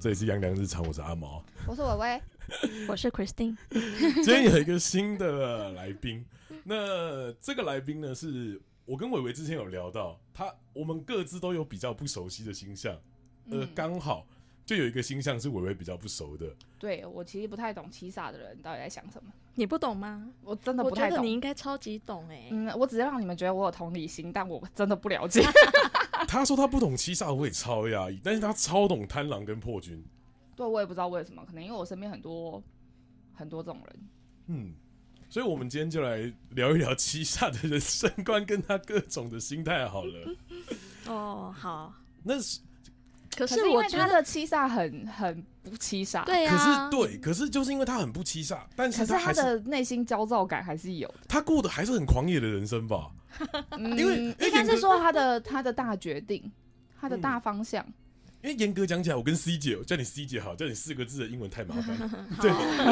这里是杨良日常，我是阿毛， 我是伟伟， 我是 Christine。 今天有一个新的来宾，那这个来宾呢，是我跟伟伟之前有聊到，我们各自都有比较不熟悉的星象，刚好就有一个星象是伟伟比较不熟的。 对，我其实不太懂七煞的人到底在想什么。 你不懂吗？ 我真的不太懂。 我觉得你应该超级懂我只是让你们觉得我有同理心，但我真的不了解。 他说他不懂七煞，我也超压抑，但是他超懂贪狼跟破军。 对，我也不知道为什么，可能因为我身边很多这种人。 所以我们今天就来聊一聊七煞的人生观跟他各种的心态好了。 哦，好。 可是我觉得他的七煞很不七煞， 对啊。 可是就是因为他很不七煞，但是他的内心焦躁感还是有的。 他过的还是很狂野的人生吧？因为应该是说他的大决定，他的大方向。 因为严格讲起来，我跟 C 姐，我叫你 C 姐好，叫你4个字的英文太麻烦。对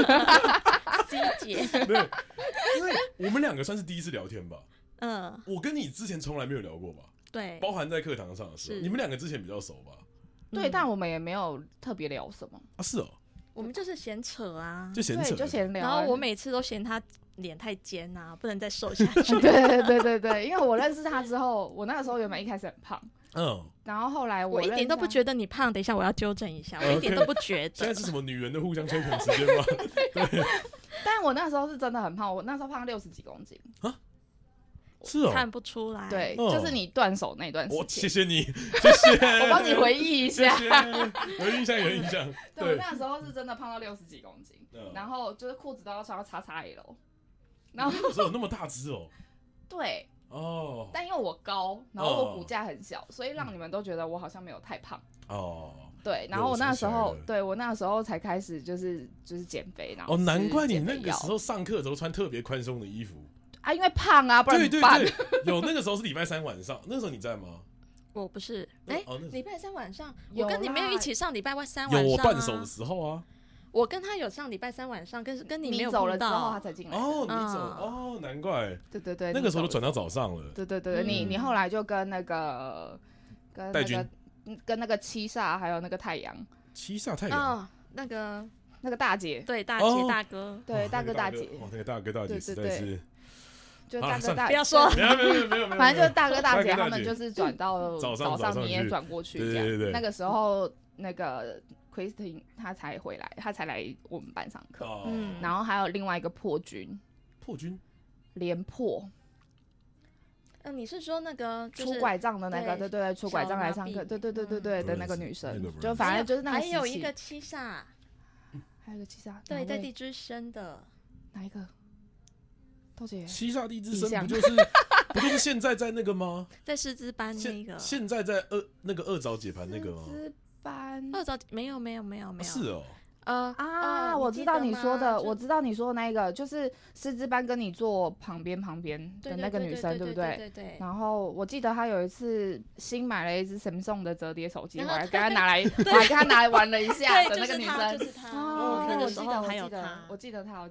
，C 姐。 对，因为我们两个算是第一次聊天吧。我跟你之前从来没有聊过吧？ 对， 包含在课堂上的时候，你们两个之前比较熟吧？ 对，但我们也没有特别聊什么啊。是哦， 我们就是闲扯啊， 就闲聊。 然后我每次都嫌他脸太尖啊，不能再瘦下去。 对，因为我认识他之后，我那个时候原本一开始很胖，然后后来我一点都不觉得你胖。等一下，我要纠正一下，我一点都不觉得。 现在是什么女人的互相吹捧时间吗？对。 但我那时候是真的很胖，我那时候胖60几公斤啊。是哦， 看不出来。 对，就是你断手那段时间。 谢谢你，谢谢。 我帮你回忆一下， 有印象。 对，我那时候是真的胖到60几公斤，然后就是裤子都要穿到 XXL。然后那时候有那么大只哦。 对。 哦。 但因为我高，然后我骨架很小，所以让你们都觉得我好像没有太胖。哦。对，然后我那时候才开始就是减肥，然后难怪你那个时候上课的时候穿特别宽松的衣服。 啊，因为胖啊，不然怎么办？ 对，有那个时候是礼拜3晚上，那时候你在吗？ 我不是，礼拜3晚上，我跟你没有一起上礼拜3晚上。 有我断手的时候啊。 我跟他有上礼拜3晚上，跟你没有走了之后他才进来。 哦，你走难怪。 对， 那个时候都转到早上了。 对，你后来就跟那个跟那个七煞还有那个太阳。 七煞太阳。 那个大姐。 对，大姐大哥。 对，大哥大姐。 哇，那个大哥大姐实在是。 就大哥大姐， 不要说， 没有， 反正就是大哥大姐他们就是转到早上，你也转过去， 对。 那个时候那个 Christine 他才回来，他才来我们班上课。然后还有另外一个破军廉破。 你是说那个出拐杖的那个？对，出拐杖来上课，对的那个女生，就反正就是那个。 还有一个七煞，对，在地之声的哪一个？ 七煞地之声不就是现在在那个吗？ 在师资班那个， 现在在那个二早解盘那个吗？ 师资班二早没有。 是哦。 我知道你说的，那个就是师资班跟你坐旁边的那个女生，对不对？ 对。 然后我记得她有一次新买了一只 Samsung 的折叠手机，我还跟她拿来玩了一下的那个女生， 就是她。 那个时候还有她， 我记得她。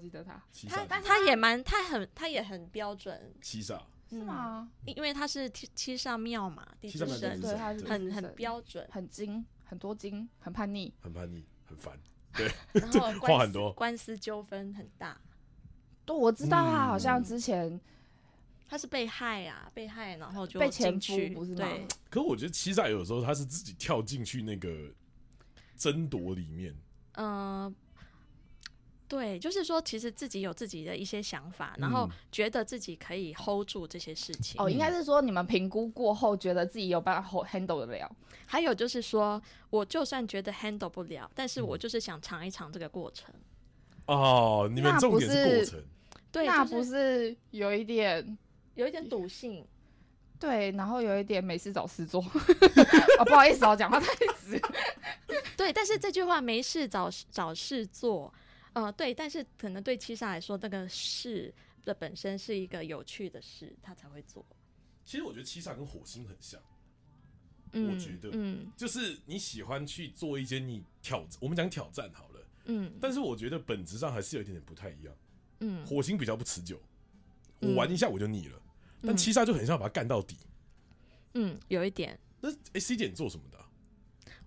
她也很标准。 七煞是吗？ 因为她是七煞庙嘛，地之神， 对，她是很标准， 很精，很多精，很叛逆， 很烦。对， 然后话很多， 官司纠纷很大。 对，我知道他好像之前他是被害，然后就被前夫不是吗？ 对。 可我觉得七煞有时候他是自己跳进去那个争夺里面。 对，就是说其实自己有自己的一些想法，然后觉得自己可以 hold 住这些事情。 应该是说你们评估过后觉得自己有办法 handle 得了。 还有就是说我就算觉得 handle 不了，但是我就是想尝一尝这个过程。 你们重点是过程。 对， 那不是有一点赌性。 对，然后有一点没事找事做。不好意思讲话太直。 对，但是这句话没事找事做。对，但是可能对七煞来说，这个事的本身是一个有趣的事，他才会做。 其实我觉得七煞跟火星很像，我觉得，就是你喜欢去做一些我们讲挑战好了，但是我觉得本质上还是有一点点不太一样，火星比较不持久，我玩一下我就腻了，但七煞就很像把它干到底， 有一点。 那C 姐你做什么的？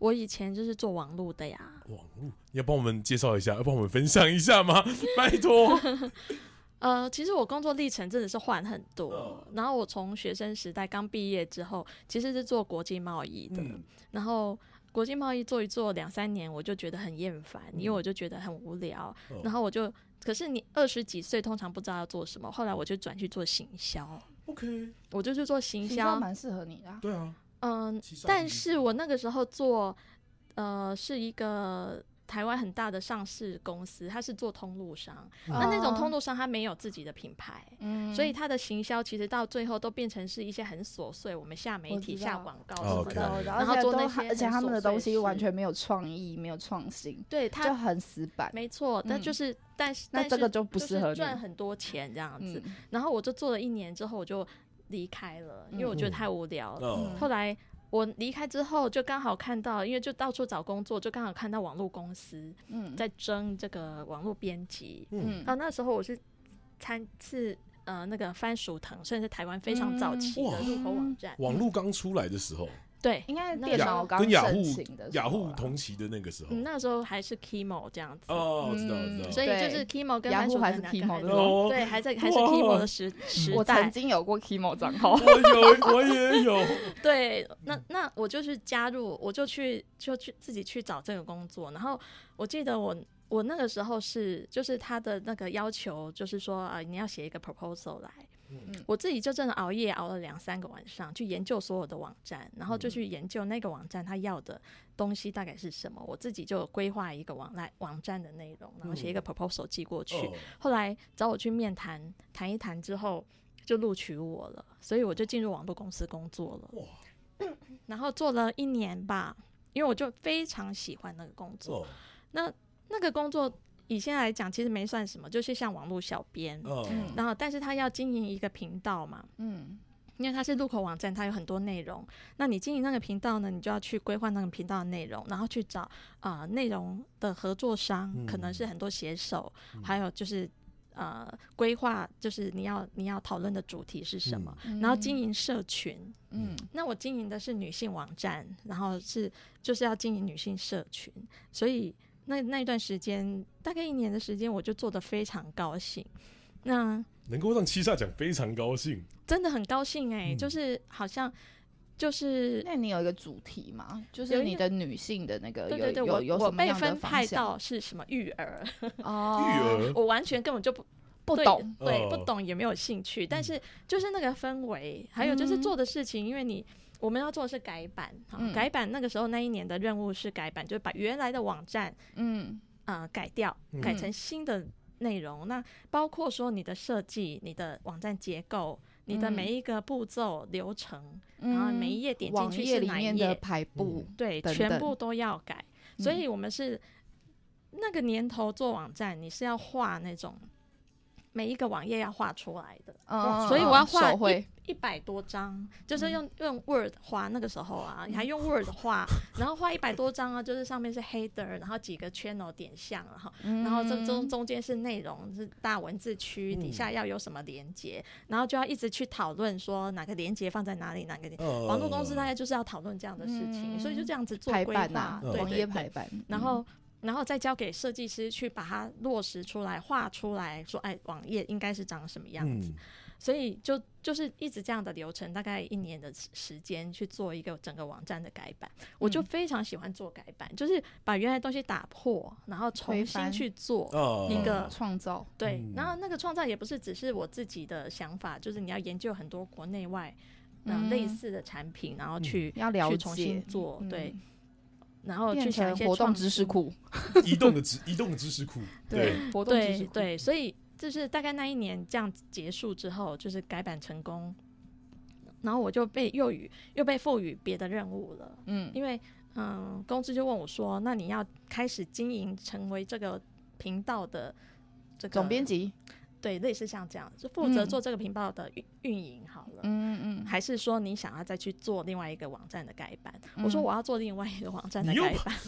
我以前就是做网路的呀。 网路，你要帮我们介绍一下，要帮我们分享一下吗？拜托。 其实我工作历程真的是换很多，然后我从学生时代刚毕业之后，其实是做国际贸易的，然后国际贸易做一做2-3年，我就觉得很厌烦，因为我就觉得很无聊，然后可是你20几岁通常不知道要做什么，后来我就转去做行销。 OK， 我就去做行销， 蛮适合你的。 对啊， 但是我那个时候做，是一个台湾很大的上市公司，它是做通路商，那种通路商它没有自己的品牌，所以它的行销其实到最后都变成是一些很琐碎，我们下媒体下广告什么的，然后做那些， 而且他们的东西完全没有创意，没有创新， 对，它就很死板。 没错，但就是但是那这个就不适合你， 赚很多钱这样子。然后我就做了1年之后，我就离开了，因为我觉得太无聊了。后来我离开之后，就刚好看到，因为就到处找工作，就刚好看到网络公司在争这个网络编辑。然后那时候我是那个番薯藤，算是台湾非常早期的入口网站。 网络刚出来的时候， 对， 应该电脑刚盛行的， 雅虎同期的那个时候， 那时候还是 Kimo 这样子。 我知道。 所以就是 Kimo 跟雅虎还是 Kimo 的， 对，还是 Kimo 的时代。 我曾经有过 Kimo 账号， 我也有。 对，那我就是加入，我就去自己去找这个工作。然后我记得我那个时候就是他的那个要求，就是说你要写一个 proposal 来。我自己就真的熬夜熬了2-3个晚上去研究所有的网站，然后就去研究那个网站他要的东西大概是什么，我自己就规划一个网站的内容，然后写一个 proposal 寄过去。后来找我去面谈一谈之后就录取我了，所以我就进入网络公司工作了。然后做了1年吧，因为我就非常喜欢那个工作。那个工作以现在来讲其实没算什么，就是像网络小编，然后但是他要经营一个频道嘛，因为它是入口网站，它有很多内容，那你经营那个频道呢，你就要去规划那个频道的内容，然后去找内容的合作商，可能是很多写手，还有就是规划，就是你要讨论的主题是什么，然后经营社群，那我经营的是女性网站，然后就是要经营女性社群，所以那段时间大概1年的时间，我就做得非常高兴。那能够让7煞讲非常高兴， 真的很高兴就是好像就是那你有一个主题吗？就是你的女性的那个对对对，我被分派到是什么育儿育儿， 我完全根本就不懂， 对，不懂也没有兴趣，但是就是那个氛围，还有就是做的事情，因为我们要做的是改版，改版那个时候那1年的任务是改版，就是把原来的网站改掉，改成新的内容，那包括说你的设计、你的网站结构、你的每一个步骤流程，然后每一页点进去是哪一页， 网页里面的排布， 对，全部都要改。所以我们是那个年头做网站，你是要画那种每一个网页要画出来的，所以我要画100多张，就是用 Word 画，那个时候你还用 Word 画，然后画100多张就是上面是 header， 然后几个 channel 点项，然后中间是内容，是大文字区，底下要有什么连结，然后就要一直去讨论说哪个连结放在哪里，哪个网络公司大概就是要讨论这样的事情，所以就这样子做规划， 网页排版， 然后再交给设计师去把它落实出来，画出来，说网页应该是长什么样子。所以就是一直这样的流程，大概1年的时间去做一个整个网站的改版。我就非常喜欢做改版，就是把原来的东西打破，然后重新去做一个创造。 对，然后那个创造也不是只是我自己的想法，就是你要研究很多国内外类似的产品，然后去重新做，对。然后去想一些活动知识库， 移动的知识库，对， 活动知识库， 对，所以就是大概那1年这样结束之后，就是改版成功，然后我就又被赋予别的任务了，因为公司就问我说，那你要开始经营成为这个频道的这个总编辑。 对，类似像这样，就负责做这个频道的运营好了。还是说你想要再去做另外一个网站的改版？我说我要做另外一个网站的改版。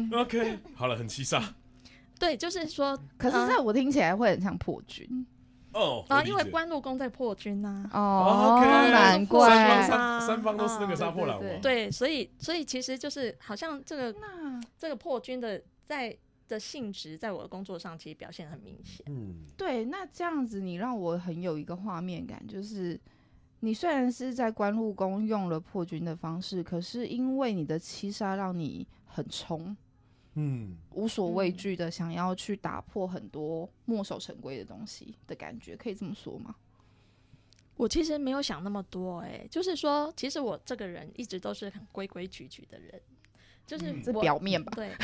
OK， 好了，很7煞。 对，就是说， 可是在我听起来会很像破军。 然后因为关路工在破军呐， 难怪三方都是那个杀破狼王， 对，所以其实就是好像这个破军的性质，在我的工作上其实表现很明显。 对，那这样子你让我很有一个画面感，就是你虽然是在关路宫用了破军的方式，可是因为你的七杀让你很冲。无所畏惧的想要去打破很多墨守成规的东西的感觉，可以这么说吗？ 我其实没有想那么多，就是说，其实我这个人一直都是很规规矩矩的人，就是这表面吧。 对，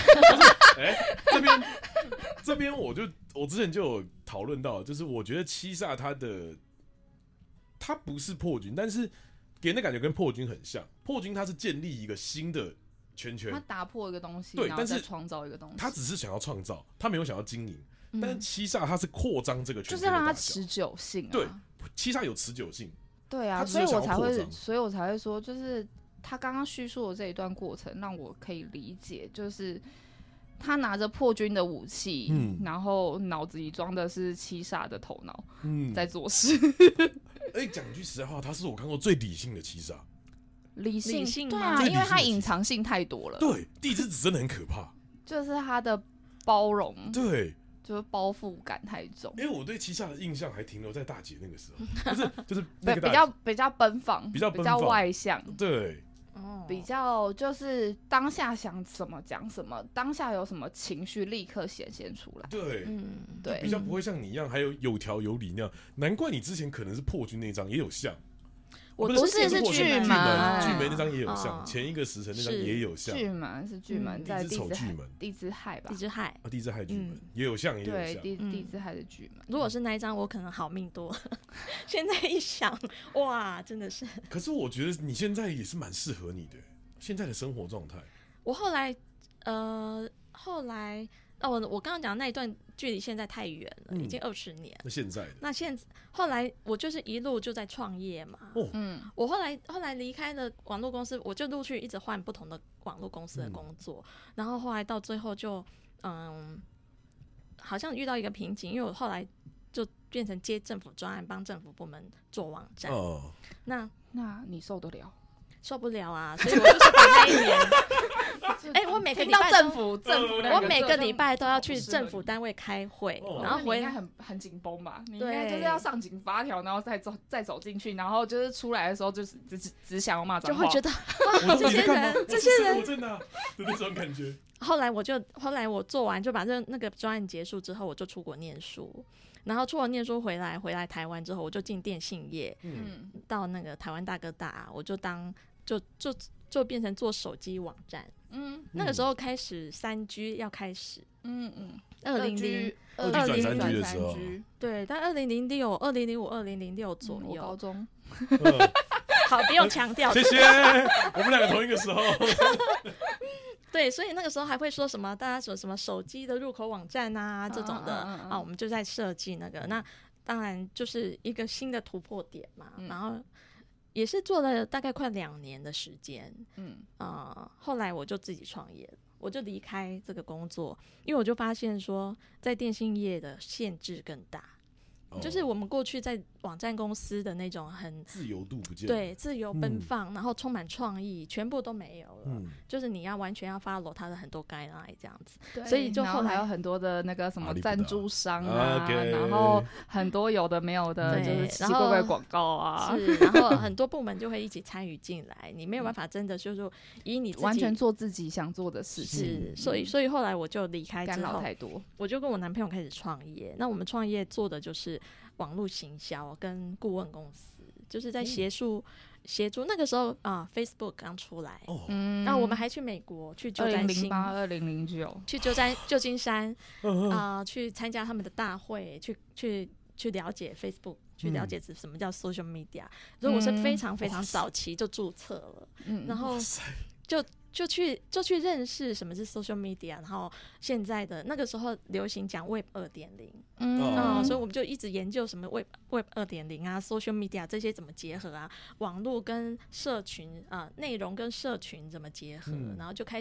这边我之前就有讨论到，就是我觉得七煞它不是破军，但是给人的感觉跟破军很像。破军它是建立一个新的圈圈， 他打破一个东西， 对，但是创造一个东西， 他只是想要创造，他没有想要经营。但是七煞他是扩张这个圈圈， 就是让它持久性。 对，七煞有持久性。 对啊，所以我才会说，就是他刚刚叙述的这一段过程，让我可以理解，就是他拿着破军的武器，然后脑子里装的是七煞的头脑，在做事。 讲句实在话，他是我看过最理性的七煞。 理性对啊，因为它隐藏性太多了。 对，地之子真的很可怕， 就是它的包容， 对， 就是包袱感太重。 因为我对七煞的印象还停留在大姐那个时候，就是那个比较奔放，比较外向， 对， 比较就是当下想什么讲什么，当下有什么情绪立刻显现出来。 对， 对， 比较不会像你一样，还有条有理那样。难怪你之前可能是破军那张也有像。 我不是巨门那张也有像，前一个时辰那张也有像。 巨门是巨门，在地支亥吧？ 地支亥巨门也有像， 对，地支亥的巨门。 如果是那一张，我可能好命多。现在一想，哇，真的是。 可是我觉得你现在也是蛮适合你的，现在的生活状态。 我后来我刚刚讲那一段距离现在太远了，已经20年。 那后来我就是一路就在创业嘛。我后来离开了网络公司，我就陆续一直换不同的网络公司的工作，然后后来到最后就好像遇到一个瓶颈，因为我后来就变成接政府专案，帮政府部门做网站。那你受得了？ 受不了啊！所以我就是把那一年，我每个礼拜政府， 我每个礼拜都要去政府单位开会，然后回来很紧绷吧？你应该就是要上紧发条，然后再走进去，然后就是出来的时候就是只想要骂脏话， 就会觉得哇，这些人， 我真的有那种感觉。 后来我做完就把那个专案结束之后，我就出国念书。然后出国念书回来台湾之后，我就进电信业，到那个台湾大哥大，我就就变成做手机网站。那个时候开始3G 要开始，2G 转3G 的时候， 对，但2005、2006左右， 我高中， 好，不用强调， 谢谢，我们两个同一个时候。 对，所以那个时候还会说什么，大家说什么手机的入口网站啊这种的我们就在设计那个。那当然就是一个新的突破点嘛。然后也是做了大概快2年的时间。后来我就自己创业了，我就离开这个工作，因为我就发现说，在电信业的限制更大。就是我们过去在网站公司的那种很自由度不见， 对，自由奔放，然后充满创意，全部都没有了。就是你要完全要 follow 它的很多 guideline 这样子，所以就后来还有很多的那个什么赞助商然后很多有的没有的，就是奇奇怪怪广告啊， 是，然后很多部门就会一起参与进来，你没有办法真的就是以你自己完全做自己想做的事情。 是，所以后来我就离开之后， 干扰太多， 我就跟我男朋友开始创业。那我们创业做的就是网络行销跟顾问公司，就是在协助那个时候Facebook 刚出来，然后我们还去美国，去旧金山 2008、2009，去旧金山去参加他们的大会，去了解 Facebook， 去了解什么叫 social media。所以我是非常非常早期就注册了，然后就去认识什么是 social media， 然后现在的那个时候流行讲 Web 2.0，所以我们就一直研究什么 Web 2.0啊 social media 这些怎么结合啊，网络跟社群内容跟社群怎么结合，然后就开始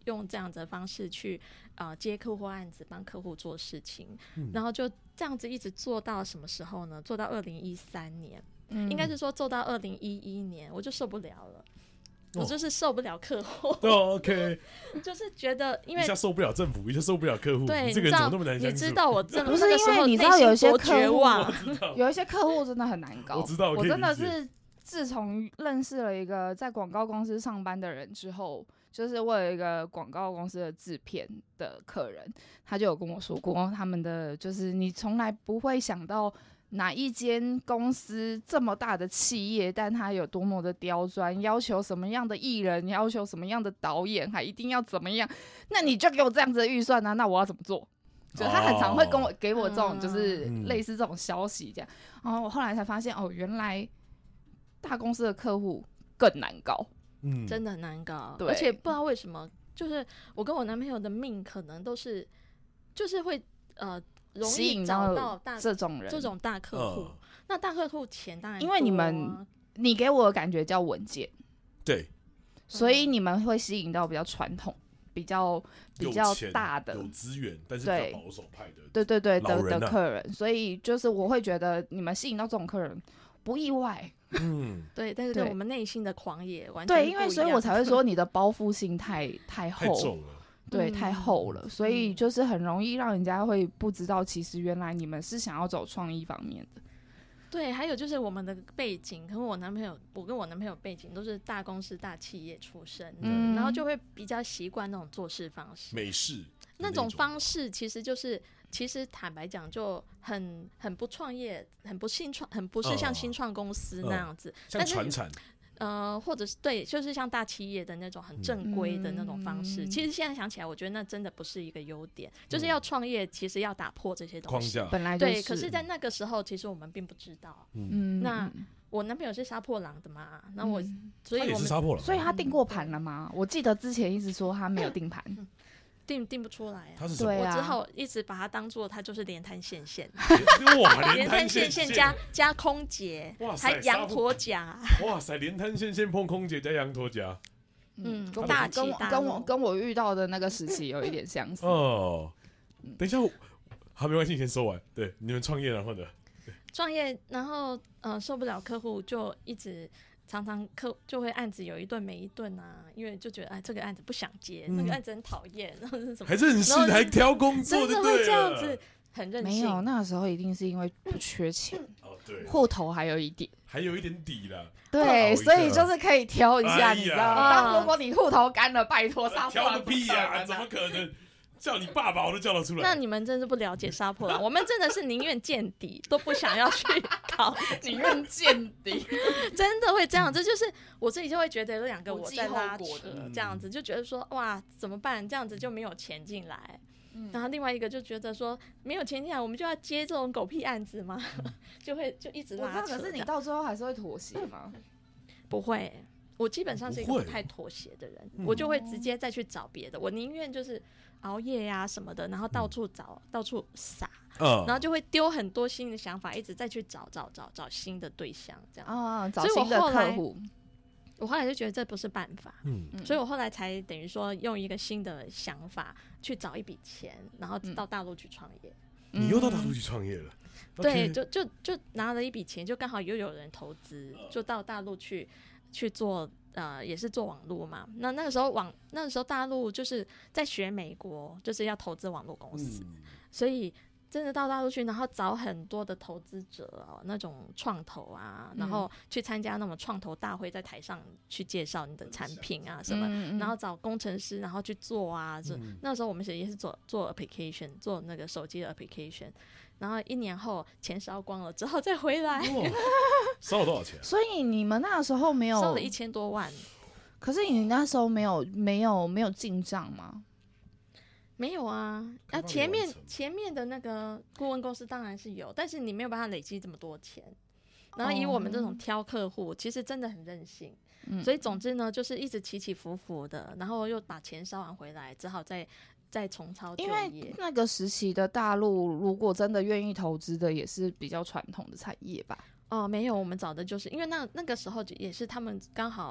用这样子的方式去接客户案子，帮客户做事情，然后就这样子一直做到什么时候呢？做到2013年，应该是说做到2011年，我就受不了了。我就是受不了客户 ，OK， 就是觉得因为一下受不了政府，一下受不了客户， 对， 这个人怎么那么难相处？ 你知道我真的不是因为你知道有一些客户， 有一些客户真的很难搞。 我知道， 我真的是自从认识了一个在广告公司上班的人之后，就是我有一个广告公司的制片的客人，他就有跟我说过，他们的就是你从来不会想到哪一间公司这么大的企业，但他有多么的刁钻，要求什么样的艺人，要求什么样的导演，还一定要怎么样，那你就给我这样子的预算啊，那我要怎么做？就他很常会给我这种就是类似这种消息这样，然后我后来才发现原来大公司的客户更难搞， 真的很难搞， 对， 而且不知道为什么，就是我跟我男朋友的命可能都是就是会容易找到这种人， 这种大客户。那大客户钱当然因为你给我的感觉叫稳健， 对， 所以你们会吸引到比较传统、比较大的、 有资源，但是比较保守派的， 对的客人。所以就是我会觉得你们吸引到这种客人不意外。 对，但是跟我们内心的狂野完全对，因为所以我才会说你的包袱性太厚， 太重了。 对，太厚了，所以就是很容易让人家会不知道，其实原来你们是想要走创意方面的。 对，还有就是我们的背景，可能我跟我男朋友背景都是大公司、大企业出身的，然后就会比较习惯那种做事方式， 美式那种方式，其实坦白讲就很不创业，很不是像新创公司那样子， 像传产。 或者是对，就是像大企业的那种很正规的那种方式。其实现在想起来，我觉得那真的不是一个优点。就是要创业，其实要打破这些东西框架， 本来就是。 对，可是，在那个时候，其实我们并不知道。那我男朋友是杀破狼的嘛？那所以他也是杀破狼， 所以他订过盘了吗？我记得之前一直说他没有订盘。 订不出来啊！ 他是什么？ 我只好一直把它当做它就是连滩线线， 哇， 连滩线线加空姐，还羊驼夹， 哇塞，连滩线线碰空姐加羊驼夹， 大起大落， 跟我遇到的那个时期有一点相似。 等一下，好，没关系，先说完。对，你们创业然后呢？ 创业，然后受不了客户，就一直。常常就会案子有一顿没一顿啊，因为就觉得这个案子不想接，那个案子很讨厌，然后是什么？还任性，还挑工作， 真的会这样子，很任性。 没有，那个时候一定是因为不缺钱， 对， 户头还有一点底啦。 对，所以就是可以挑一下，你知道吗？但如果你户头干了，拜托杀破狼， 挑个屁呀，怎么可能？叫你爸爸我都叫得出来。 那你们真是不了解杀破狼，我们真的是宁愿见底都不想要去考， 宁愿见底， 真的会这样。这就是我自己就会觉得有两个我在拉扯，这样子就觉得说哇怎么办？这样子就没有钱进来。然后另外一个就觉得说没有钱进来，我们就要接这种狗屁案子吗？就一直拉扯。 可是你到最后还是会妥协吗？ 不会，我基本上是一个不太妥协的人，我就会直接再去找别的。我宁愿就是熬夜呀什么的，然后到处找，到处撒，然后就会丢很多新的想法，一直再去找新的对象，这样找新的客户。 我后来就觉得这不是办法，所以我后来才等于说用一个新的想法去找一笔钱，然后到大陆去创业。 你又到大陆去创业了？ 对，就拿了一笔钱，就刚好又有人投资，就到大陆去做。也是做网络嘛，那个时候大陆就是在学美国，就是要投资网络公司，所以真的到大陆去，然后找很多的投资者那种创投啊，然后去参加那种创投大会，在台上去介绍你的产品啊什么，然后找工程师，然后去做啊，那时候我们也是做 application， 做那个手机的 application。然后1年后钱烧光了，之后再回来。 烧了多少钱？ 所以你们那时候没有烧了1000多万。 可是你那时候没有进账吗？ 没有啊，前面的那个顾问公司当然是有，但是你没有办法累积这么多钱。然后以我们这种挑客户，其实真的很任性。所以总之呢，就是一直起起伏伏的，然后又把钱烧完回来，只好再重操旧业。 因为那个时期的大陆，如果真的愿意投资的，也是比较传统的产业吧。 没有，我们找的就是因为那个时候也是他们刚好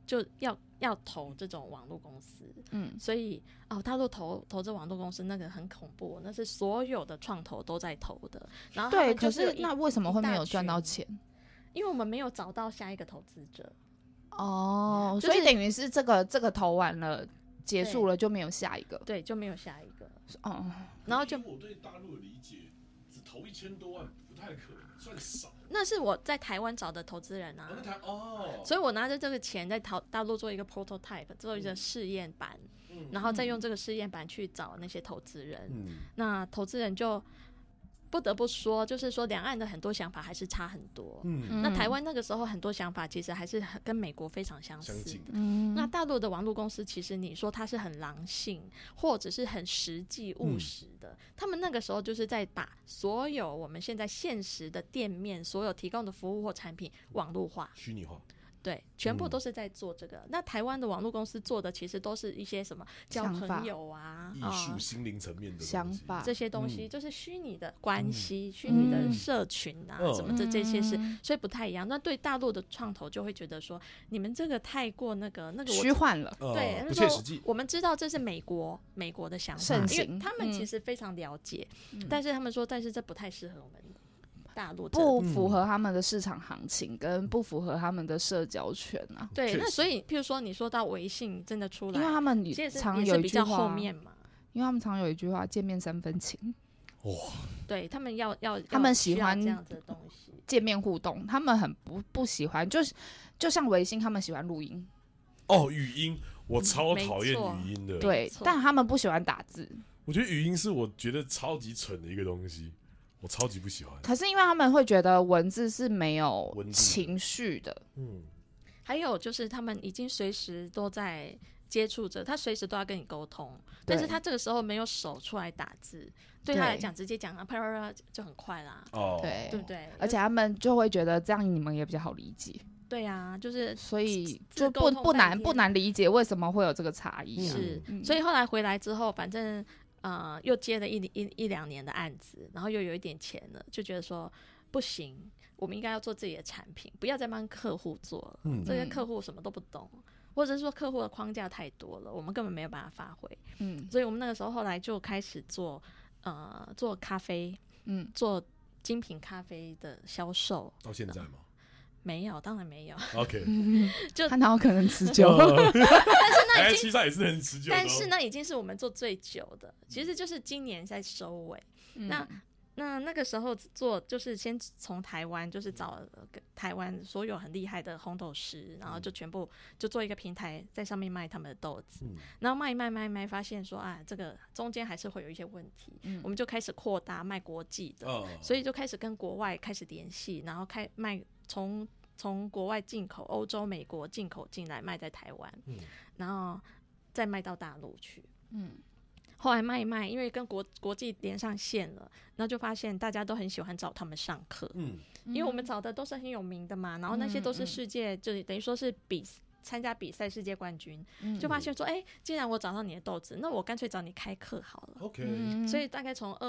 就要投这种网络公司，所以大陆投这网络公司那个很恐怖，那是所有的创投都在投的。然后对，可是那为什么会没有赚到钱？ 因为我们没有找到下一个投资者。 哦，所以等于是这个投完了结束了就没有下一个， 对，就没有下一个。 哦， 然后就我对大陆的理解，只投1000多万不太可能，算少。 那是我在台湾找的投资人啊，所以我拿着这个钱在大陆做一个 prototype， 做一个试验版，然后再用这个试验版去找那些投资人。那投资人就不得不说，就是说两岸的很多想法还是差很多。那台湾那个时候很多想法其实还是跟美国非常相似的。那大陆的网络公司其实你说它是很狼性或者是很实际务实的，他们那个时候就是在把所有我们现在现实的店面所有提供的服务或产品网络化、 虚拟化。 对，全部都是在做这个。那台湾的网络公司做的其实都是一些什么交朋友啊、 艺术、心灵层面的想法， 这些东西就是虚拟的关系、虚拟的社群啊，什么这些事，所以不太一样。那对大陆的创投就会觉得说，你们这个太过那个虚幻了， 对， 不切实际。 我们知道这是美国的想法，因为他们其实非常了解，但是他们说，但是这不太适合我们。大陆不符合他们的市场行情，跟不符合他们的社交圈啊。 对，那所以譬如说你说到微信真的出来， 因为他们常有一句话， 后面嘛， 因为他们常有一句话，见面3分情。 哇， 对他们要他们喜欢这样子的东西， 见面互动，他们很不喜欢，就像微信，他们喜欢录音。 语音，我超讨厌语音的。 对，但他们不喜欢打字。 我觉得语音是我觉得超级蠢的一个东西。我超级不喜欢， 可是因为他们会觉得文字是没有情绪的， 还有就是他们已经随时都在接触着，他随时都要跟你沟通，但是他这个时候没有手出来打字，对他来讲直接讲啊啪啪啪就很快啦，对不对？ 而且他们就会觉得这样你们也比较好理解， 对啊，就是所以就不难理解为什么会有这个差异， 是，所以后来回来之后，反正。又接了一两年的案子，然后又有一点钱了，就觉得说不行，我们应该要做自己的产品，不要再帮客户做了。这些客户什么都不懂，或者是说客户的框架太多了，我们根本没有办法发挥。所以我们那个时候后来就开始做咖啡，做精品咖啡的销售。 到现在吗？ 没有，当然没有。 OK， 就他哪有可能持久？ 但是那已经其实也是很持久的。 但是那已经是我们做最久的，其实就是今年在收尾。那个时候做就是先从台湾，就是找台湾所有很厉害的烘豆师，然后就全部就做一个平台，在上面卖他们的豆子，然后卖，发现说这个中间还是会有一些问题，我们就开始扩大卖国际的，所以就开始跟国外开始联系，然后卖从国外进口，欧洲、美国进口进来卖在台湾，然后再卖到大陆去，后来卖一卖，因为跟国际连上线了，然后就发现大家都很喜欢找他们上课，因为我们找的都是很有名的嘛，然后那些都是世界，就等于说是参加比赛世界冠军，就发现说，既然我找到你的豆子，那我干脆找你开课好了。 OK， 所以大概从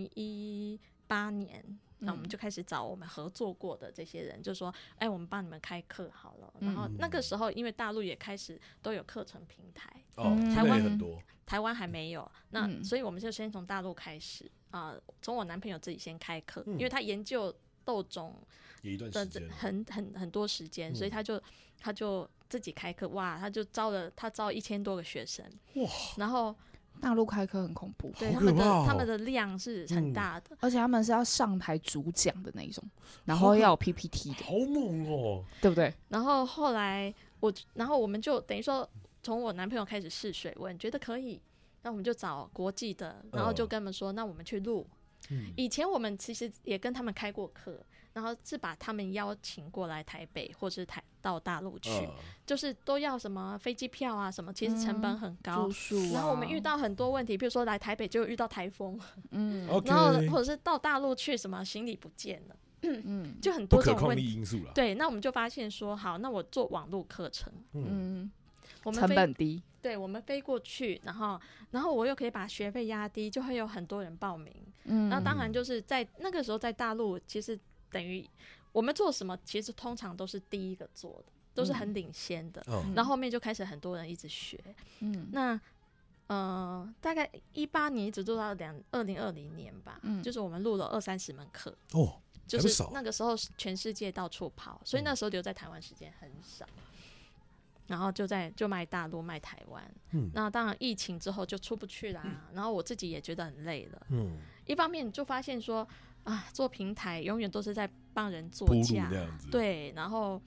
2018年。那我们就开始找我们合作过的这些人，就说我们帮你们开课好了。然后那个时候因为大陆也开始都有课程平台，台湾很多， 台湾还没有，那所以我们就先从大陆开始从我男朋友自己先开课，因为他研究豆种的很多时间，所以他就自己开课，哇，他招1000多个学生，哇，然后大陆开课很恐怖， 对，他们的量是很大的， 而且他们是要上台主讲的那一种，然后要有 PPT 的， 好猛哦， 对不对？ 然后后来我们就等于说从我男朋友开始试水温，觉得可以，那我们就找国际的，然后就跟他们说，那我们去录。以前我们其实也跟他们开过课，然后是把他们邀请过来台北或是到大陆去，就是都要什么飞机票啊什么，其实成本很高，然后我们遇到很多问题，比如说来台北就遇到台风，然后或者是到大陆去什么行李不见了，就很多这种问题，不可抗力因素啦。 对，那我们就发现说，好，那我做网络课程，我们成本低， 对，我们飞过去，然后我又可以把学费压低，就会有很多人报名。那当然就是在那个时候在大陆，其实等于我们做什么，其实通常都是第一个做的。 都是很领先的。然后后面就开始很多人一直学。那大概18年一直做到2020年吧，就是我们录了20-30门课。就是那个时候全世界到处跑，所以那时候留在台湾时间很少。然后就卖大陆卖台湾。那当然疫情之后就出不去啦。然后我自己也觉得很累了。一方面就发现说做平台永远都是在帮人做价，对，然后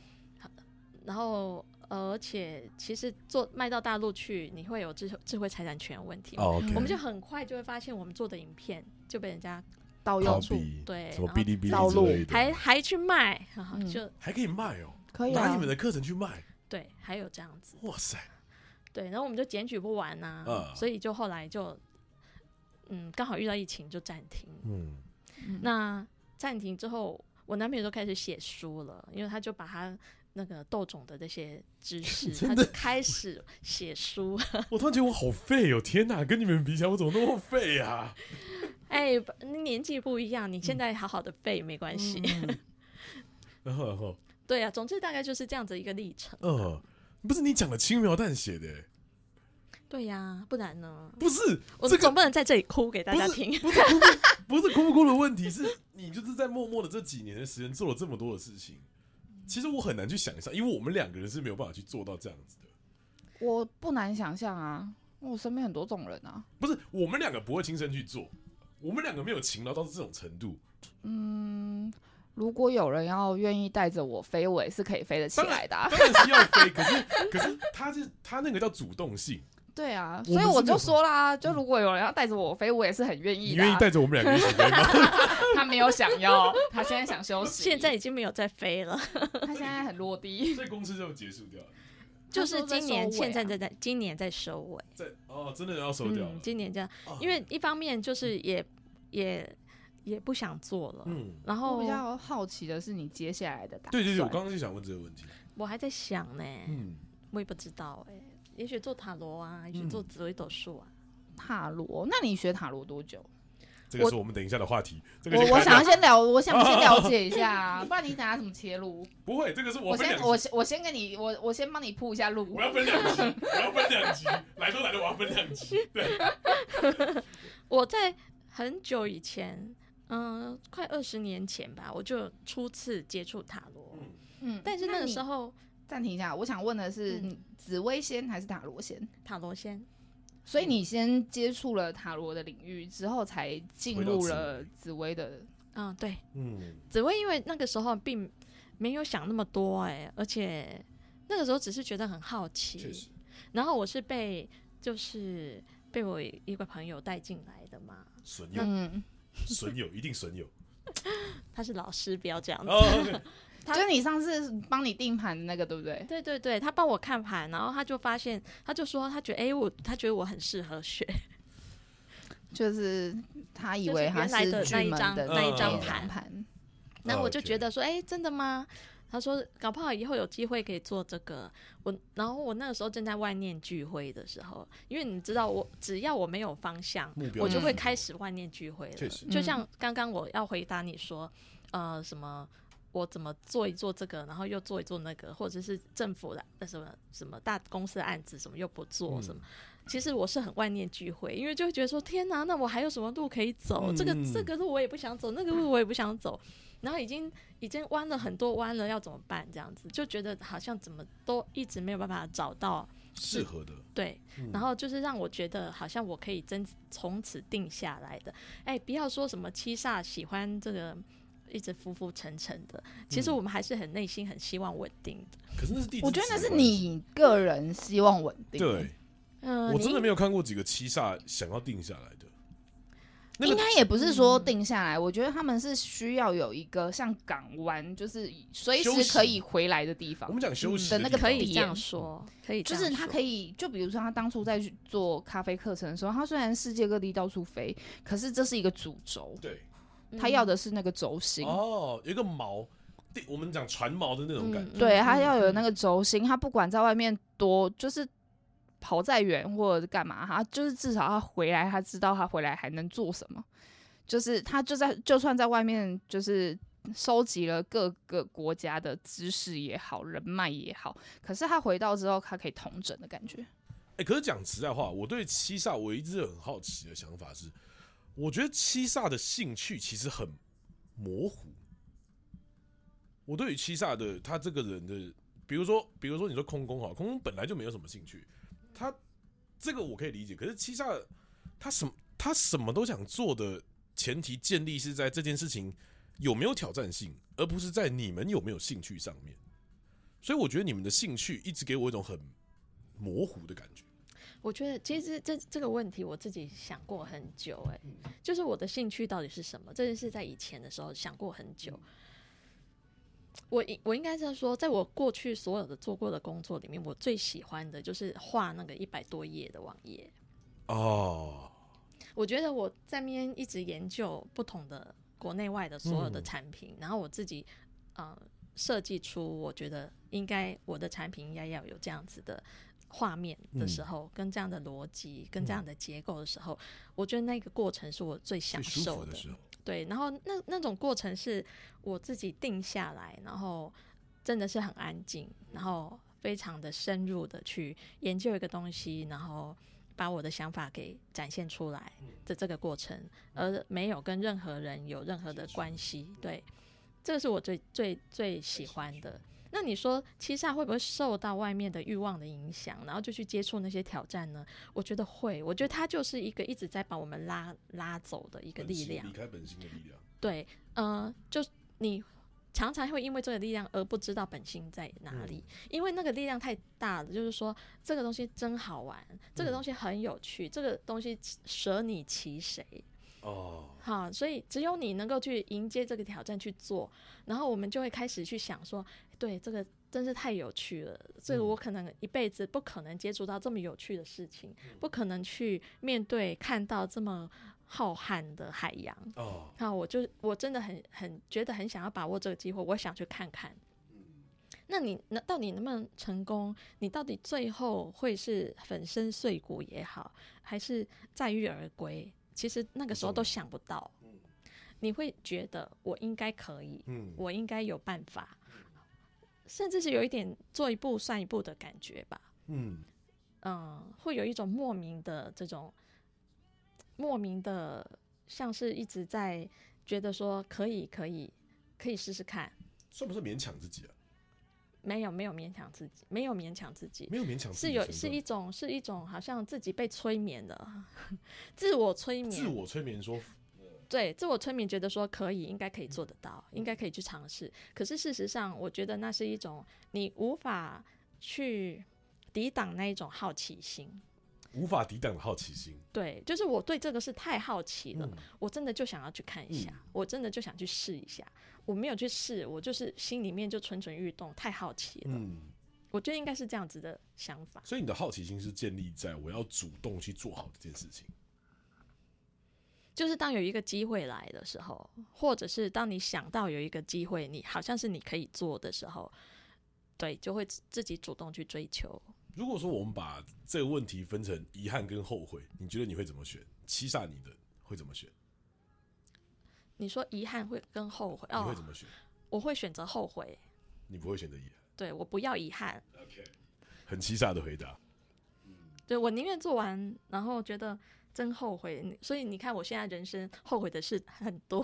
而且其实卖到大陆去，你会有智慧财产权问题。我们就很快就会发现我们做的影片就被人家盗用， 对，什么哔哩哔哩之类的， 还去卖，就还可以卖哦， 可以拿你们的课程去卖。 对，还有这样子。 哇塞！ 对，然后我们就检举不完所以就后来就刚好遇到疫情就暂停。那暂停之后，我男朋友就开始写书了，因为他就把他那个豆种的那些知识，他就开始写书。 我突然觉得我好废哦！天哪，跟你们比起来，我怎么那么废啊？ 年纪不一样，你现在好好的废没关系。 然后对啊，总之大概就是这样子一个历程。 不是你讲的轻描淡写的。 对呀，不然呢？ 不是， 我总不能在这里哭给大家听。 不是哭不哭的问题，是你就是在默默的这几年的时间做了这么多的事情。其实我很难去想象，因为我们2个人是没有办法去做到这样子的。 我不难想象啊，我身边很多这种人啊。 不是，我们2个不会亲身去做，我们2个没有勤劳到这种程度。 如果有人愿意带着我飞，我也是可以飞得起来的。 当然是要飞，可是他那个叫主动性。 对啊，所以我就说啦，就如果有人要带着我飞，我也是很愿意的。 你愿意带着我们2个一起飞吗？ 他没有想要，他现在想休息。 现在已经没有在飞了， 他现在很落地。 所以公司就结束掉了。 就是今年在收尾。 真的要收掉了。 今年这样，因为一方面就是也不想做了。然后我比较好奇的是你接下来的打算。 对，我刚刚就想问这个问题。 我还在想呢。我也不知道也许做塔罗啊，也许做紫微斗数啊。 塔罗？那你学塔罗多久？ 这个是我们等一下的话题。 我想先了解一下，不然你等下怎么切入？ 不会，这个是我先跟你我先帮你铺一下路。 我要分2集，来都来了，我要分2集。对。 我在很久以前，快20年前吧，我就初次接触塔罗。但是那个时候。 暂停一下，我想问的是，紫微先还是塔罗先？ 塔罗先。 所以你先接触了塔罗的领域之后，才进入了紫微的。 对。紫微因为那个时候并没有想那么多而且那个时候只是觉得很好奇。然后我是被我一个朋友带进来的嘛。 损友一定损友。 他是老师，不要这样子。 就是你上次帮你定盘的那个，对不对？ 对，他帮我看盘，然后他就发现，他就说他觉得我很适合学， 就是他以为他是那一张盘，那我就觉得说，真的吗？他说搞不好以后有机会可以做这个。然后我那个时候正在万念俱灰的时候，因为你知道只要我没有方向，我就会开始万念俱灰了。就像刚刚我要回答你说，什么。我怎么做一做这个，然后又做一做那个，或者是政府的什么大公司的案子，什么又不做什么。其实我是很万念俱灰，因为就会觉得说天哪，那我还有什么路可以走？这个路我也不想走，那个路我也不想走，然后已经弯了很多弯了，要怎么办？这样子就觉得好像怎么都一直没有办法找到适合的。 对，然后就是让我觉得好像我可以从此定下来的。不要说什么七煞喜欢这个。一直浮浮沉沉的，其实我们还是很内心很希望稳定的。 可是那是我觉得那是你个人希望稳定。 对，我真的没有看过几个七煞想要定下来的。 应该也不是说定下来，我觉得他们是需要有一个像港湾，就是随时可以回来的地方。 我们讲休息的那个可以这样说， 就是他可以，就比如说他当初在做咖啡课程的时候，他虽然世界各地到处飞，可是这是一个主轴。 对。 他要的是那个轴心有一个锚，我们讲船锚的那种感觉。 对，他要有那个轴心，他不管在外面多，就是跑再远或者是干嘛，他就是至少他回来，他知道他回来还能做什么。就是他就算在外面就是收集了各个国家的知识也好，人脉也好，可是他回到之后，他可以统整的感觉。 可是讲实在话，我对七煞我一直很好奇的想法是，我觉得七煞的兴趣其实很模糊。我对于七煞的他这个人的，比如说你说空宫好，空宫本来就没有什么兴趣，他这个我可以理解。可是七煞他什么都想做的前提建立是在这件事情有没有挑战性，而不是在你们有没有兴趣上面。所以我觉得你们的兴趣一直给我一种很模糊的感觉。 我觉得其实这个问题我自己想过很久，就是我的兴趣到底是什么？这是在以前的时候想过很久。我应该是说，在我过去所有的做过的工作里面，我最喜欢的就是画那个100多页的网页。 哦， 我觉得我在那边一直研究不同的国内外的所有的产品，然后我自己设计出我觉得应该我的产品应该要有这样子的画面的时候，跟这样的逻辑，跟这样的结构的时候，我觉得那个过程是我最享受的。对，然后那种过程是我自己定下来，然后真的是很安静，然后非常的深入的去研究一个东西，然后把我的想法给展现出来的这个过程，而没有跟任何人有任何的关系。对，这个是我最喜欢的。那你说七煞会不会受到外面的欲望的影响，然后就去接触那些挑战呢？我觉得会，我觉得它就是一个一直在把我们拉走的一个力量， 离开本心的力量。 对，就你常常会因为这个力量而不知道本心在哪里，因为那个力量太大了。就是说，这个东西真好玩，这个东西很有趣，这个东西舍你其谁。好，所以只有你能够去迎接这个挑战去做，然后我们就会开始去想说，对，这个真是太有趣了，这个我可能一辈子不可能接触到这么有趣的事情，不可能去面对看到这么浩瀚的海洋。好，我真的很觉得很想要把握这个机会，我想去看看。那你到底能不能成功？你到底最后会是粉身碎骨也好，还是载誉而归？其实那个时候都想不到。你会觉得我应该可以，我应该有办法，甚至是有一点做一步算一步的感觉吧。会有一种莫名的这种像是一直在觉得说可以试试看。 算不算勉强自己啊？ 没有勉强自己，没有勉强自己， 没有勉强自己， 是一种好像自己被催眠的自我催眠说， 对，自我催眠觉得说可以，应该可以做得到，应该可以去尝试。可是事实上，我觉得那是一种你无法去抵挡那一种好奇心。 无法抵挡的好奇心。 对，就是我对这个是太好奇了，我真的就想要去看一下，我真的就想去试一下。我没有去试，我就是心里面就蠢蠢欲动，太好奇了。我觉得应该是这样子的想法。 所以你的好奇心是建立在我要主动去做好这件事情。 就是当有一个机会来的时候，或者是当你想到有一个机会，你好像是你可以做的时候，对，就会自己主动去追求。 如果说我们把这个问题分成遗憾跟后悔，你觉得你会怎么选？七煞你的会怎么选？ 你说遗憾会跟后悔， 你会怎么选？ 我会选择后悔。 你不会选择遗憾？ 对，我不要遗憾。 OK， 很七煞的回答。 对，我宁愿做完，然后觉得真后悔。所以你看，我现在人生后悔的事很多。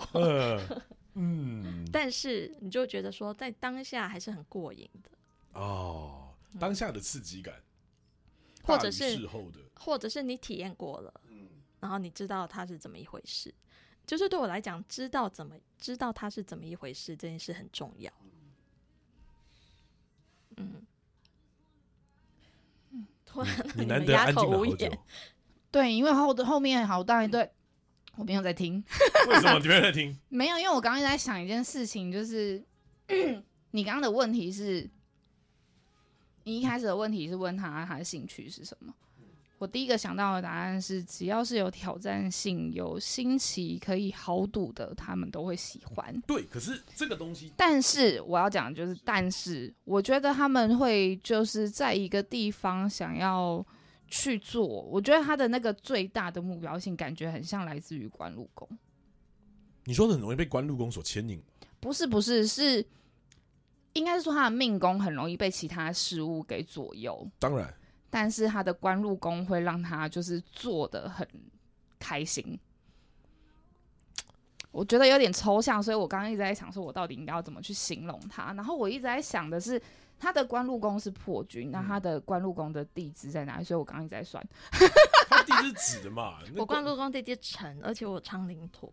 但是你就觉得说，在当下还是很过瘾的。 当下的刺激感， 或者是事后的， 或者是你体验过了，然后你知道它是怎么一回事。就是对我来讲，知道它是怎么一回事这件事很重要。突然你难得安静了好久。 对，因为后面好大一堆，我没有在听。 为什么你没有在听？ 没有，因为我刚刚在想一件事情，就是你刚刚的问题是，你一开始的问题是问他的兴趣是什么。我第一个想到的答案是，只要是有挑战性、有新奇、可以豪赌的，他们都会喜欢。 对，可是这个东西， 但是我要讲的就是，但是我觉得他们会就是在一个地方想要去做，我觉得他的那个最大的目标性，感觉很像来自于官禄宫。 你说的很容易被官禄宫所牵引。 不是，是应该是说他的命宫很容易被其他事物给左右。 当然， 但是他的官禄宫会让他就是做得很开心。我觉得有点抽象，所以我刚刚一直在想说，我到底应该要怎么去形容它。然后我一直在想的是，他的官禄宫是破军，那他的官禄宫的地支在哪里？所以我刚刚一直在算。 他地支指的嘛， 我官禄宫地支辰，而且我昌龄陀。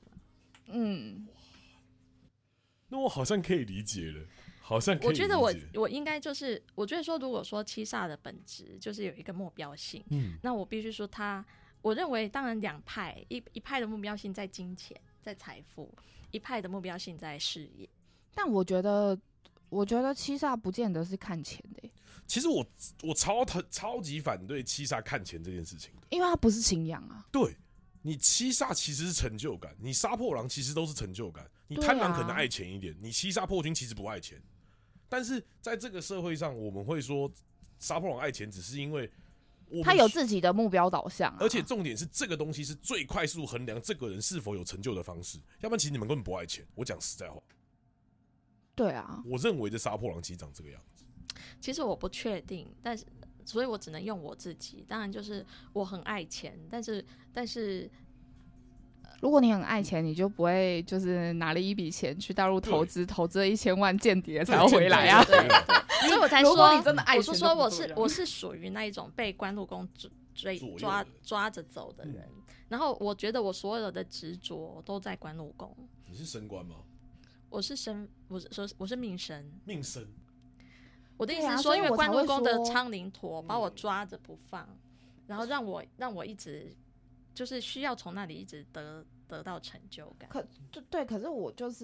那我好像可以理解了，好像可以理解。 我觉得我应该就是，我觉得说，如果说七煞的本质就是有一个目标性，那我必须说我认为当然两派，一派的目标性在金钱，在财富，一派的目标性在事业。 但我觉得七煞不见得是看钱的欸。 其实我超级反对七煞看钱这件事情的， 因为它不是情阳啊。 对，你七煞其实是成就感，你杀破狼其实都是成就感。你贪狼可能爱钱一点，你七煞破军其实不爱钱。但是在这个社会上，我们会说杀破狼爱钱，只是因为他有自己的目标导向啊。 而且重点是这个东西是最快速衡量这个人是否有成就的方式。要不然其实你们根本不爱钱。我讲实在话。 对啊， 我认为的杀破狼其实长这个样子。 其实我不确定，但是所以我只能用我自己。当然就是我很爱钱，但是如果你很爱钱，你就不会就是拿了一笔钱去大陆投资了1000万间谍才要回来啊。 对，所以我才说， 如果你真的爱钱， 我说我是属于那一种被官禄宫抓着走的人。然后我觉得我所有的执着都在官禄宫。 你是升官吗？ 我是命神。 命神。 我的意思是说，因为官禄宫的昌龄陀把我抓着不放，然后让我一直就是需要从那里一直得到成就感。 可是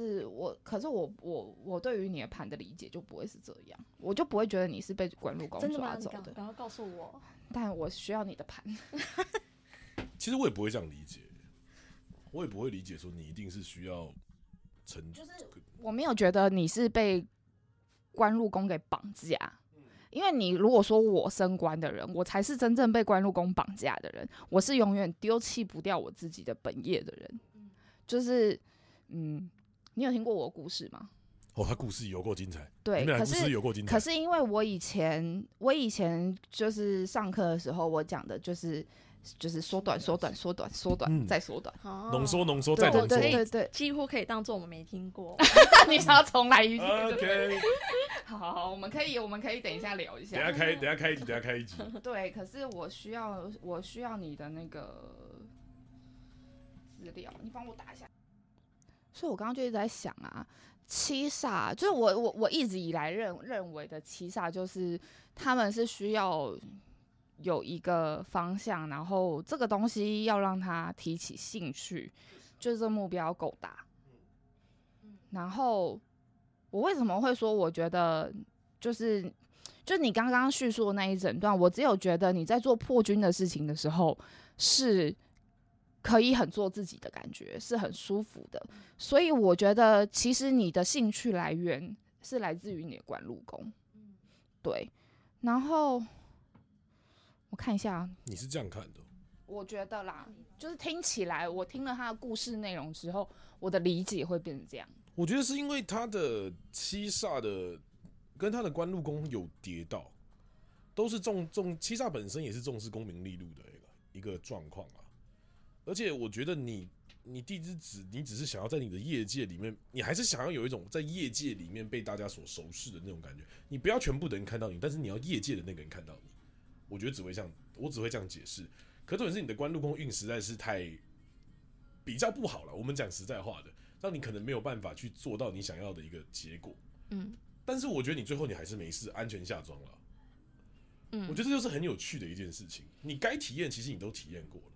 我对于你的盘的理解就不会是这样，我就不会觉得你是被官禄宫抓走的。 赶快告诉我。 但我需要你的盘。 其实我也不会这样理解，我也不会理解说你一定是需要就是我没有觉得你是被官禄宫给绑架。因为你如果说我升官的人，我才是真正被官禄宫绑架的人，我是永远丢弃不掉我自己的本业的人。就是你有听过我的故事吗？ 他故事有够精彩。 对， 你们俩故事有够精彩。 可是因为我以前就是上课的时候，我讲的就是缩短，再缩短， 浓缩再浓缩。 对， 几乎可以当做我们没听过。 你想要重来一遍 ？OK。 好，我们可以等一下聊一下。 等一下开一集。 对，可是我需要你的那个资料，你帮我打一下。所以我刚刚就一直在想啊，七煞就是我一直以来认为的七煞，就是他们是需要有一个方向，然后这个东西要让他提起兴趣，就是这目标够大。然后我为什么会说我觉得就是你刚刚叙述的那一整段，我只有觉得你在做破军的事情的时候是可以很做自己的感觉，是很舒服的。所以我觉得其实你的兴趣来源是来自于你的官禄宫。对，然后我看一下， 你是这样看的？ 我觉得啦，就是听起来，我听了他的故事内容之后，我的理解会变成这样。 我觉得是因为他的七煞的跟他的官禄宫有叠到，都是七煞本身也是重视功名利禄的一个状况啊。而且我觉得你地支指你只是想要在你的业界里面，你还是想要有一种在业界里面被大家所熟识的那种感觉。你不要全部的人看到你，但是你要业界的那个人看到你。我觉得我只会这样解释。可重点是你的官禄宫运实在是比较不好了。我们讲实在话的，让你可能没有办法去做到你想要的一个结果。但是我觉得你最后你还是没事，安全下庄了。我觉得这就是很有趣的一件事情。你该体验，其实你都体验过了。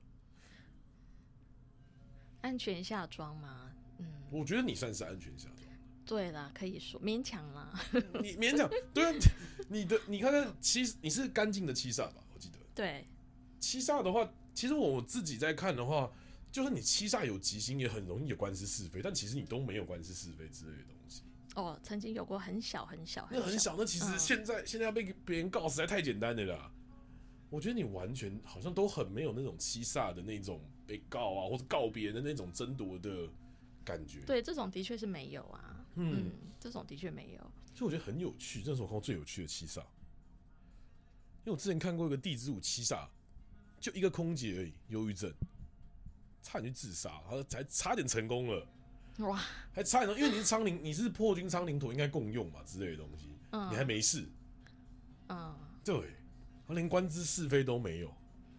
安全下庄吗？ 我觉得你算是安全下庄。 对啦，可以说勉强啦。 你勉强，对啊，你看看你是干净的七煞吧？我记得。对。七煞的话，其实我自己在看的话，就算你七煞有吉星，也很容易有官司是非，但其实你都没有官司是非之类的东西。 曾经有过很小， 那很小，那其实现在要被别人告实在太简单了啦。我觉得你完全好像都很没有那种七煞的那种被告啊，或者告别人的那种争夺的感觉。 对，这种的确是没有啊。 这种的确没有。 所以我觉得很有趣，这是我看过最有趣的七煞。因为我之前看过一个地支舞七煞，就一个空姐而已，忧郁症，差点去自杀，才差点成功了。 哇， 还差点，因为你是昌龄，你是破军昌龄陀，应该共用嘛之类的东西，你还没事。对，他连官之是非都没有，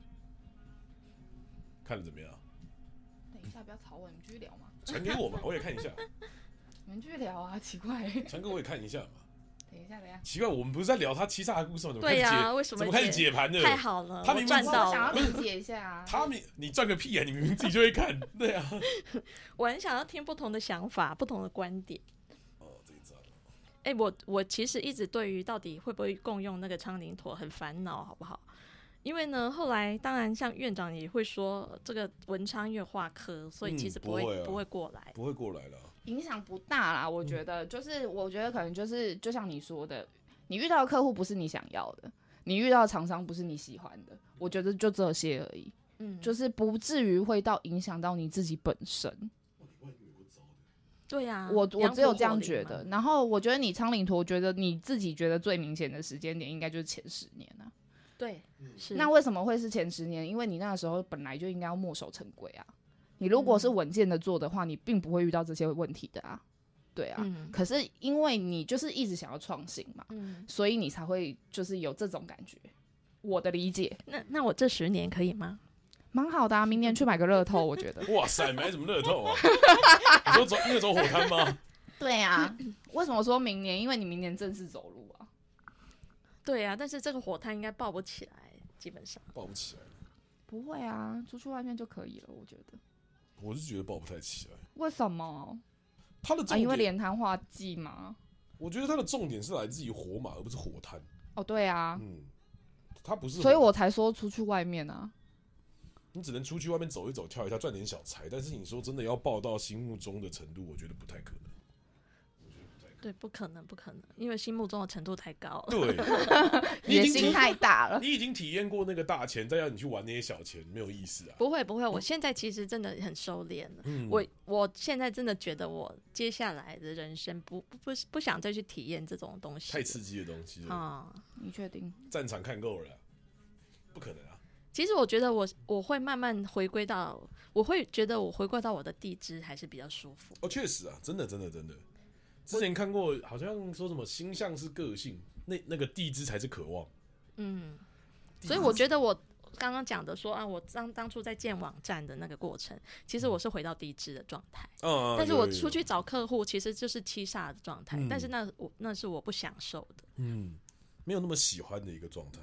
看得怎么样？ 等一下，不要吵我，你们继续聊嘛。 传给我嘛，我也看一下。 你们继续聊啊，奇怪。 传给我也看一下嘛。 等一下。 奇怪，我们不是在聊他七煞的故事吗？ 对呀，为什么怎么开始解盘的？ 太好了， 他明明赚到了。 我想要理解一下啊。 你赚个屁啊！你明明自己就会看，对啊。 我很想要听不同的想法，不同的观点。 这一张。 我其实一直对于到底会不会共用那个昌龄陀很烦恼，好不好？因为呢，后来当然像院长也会说，这个文昌越化科，所以其实不会过来， 不会过来了。 影响不大啦，我觉得我觉得可能就像你说的，你遇到的客户不是你想要的，你遇到的厂商不是你喜欢的，我觉得就这些而已，就是不至于会到影响到你自己本身。 对呀， 我只有这样觉得。然后我觉得你昌龄陀，我觉得你自己觉得最明显的时间点应该就是前10年啊。 对，是。 那为什么会是前10年？因为你那个时候本来就应该要墨守成规啊。你如果是稳健的做的话，你并不会遇到这些问题的啊。对啊，可是因为你就是一直想要创新嘛，所以你才会就是有这种感觉。我的理解。 那我这10年可以吗？ 蛮好的啊，明年去买个乐透，我觉得。 哇塞，买什么乐透啊？你说走火摊吗？ 对啊，为什么说明年？因为你明年正式走路啊。 对啊，但是这个火摊应该抱不起来，基本上抱不起来。 不会啊，出去外面就可以了，我觉得。 我是觉得抱不太起来。 为什么？ 它的重点， 因为连摊化忌吗？ 我觉得它的重点是来自于火马，而不是火摊。 哦，对啊， 它不是， 所以我才说出去外面啊。 你只能出去外面走一走、跳一跳，赚点小财。但是你说真的要爆到心目中的程度，我觉得不太可能。 对，不可能，因为心目中的程度太高了。 对， 野心太大了。 你已经体验过那个大钱，再让你去玩那些小钱，没有意思啊。 不会，我现在其实真的很收敛了。我现在真的觉得，我接下来的人生不想再去体验这种东西， 太刺激的东西了啊！ 你确定？ 战场看够了，不可能啊！ 其实我觉得我会慢慢回归到，我会觉得我回归到我的地支还是比较舒服。 确实啊，真的。之前看过，好像说什么星象是个性，那个地支才是渴望。 所以我觉得我刚刚讲的说啊，我当初在建网站的那个过程，其实我是回到地支的状态。但是我出去找客户，其实就是七煞的状态。但是那是我不享受的。 没有那么喜欢的一个状态。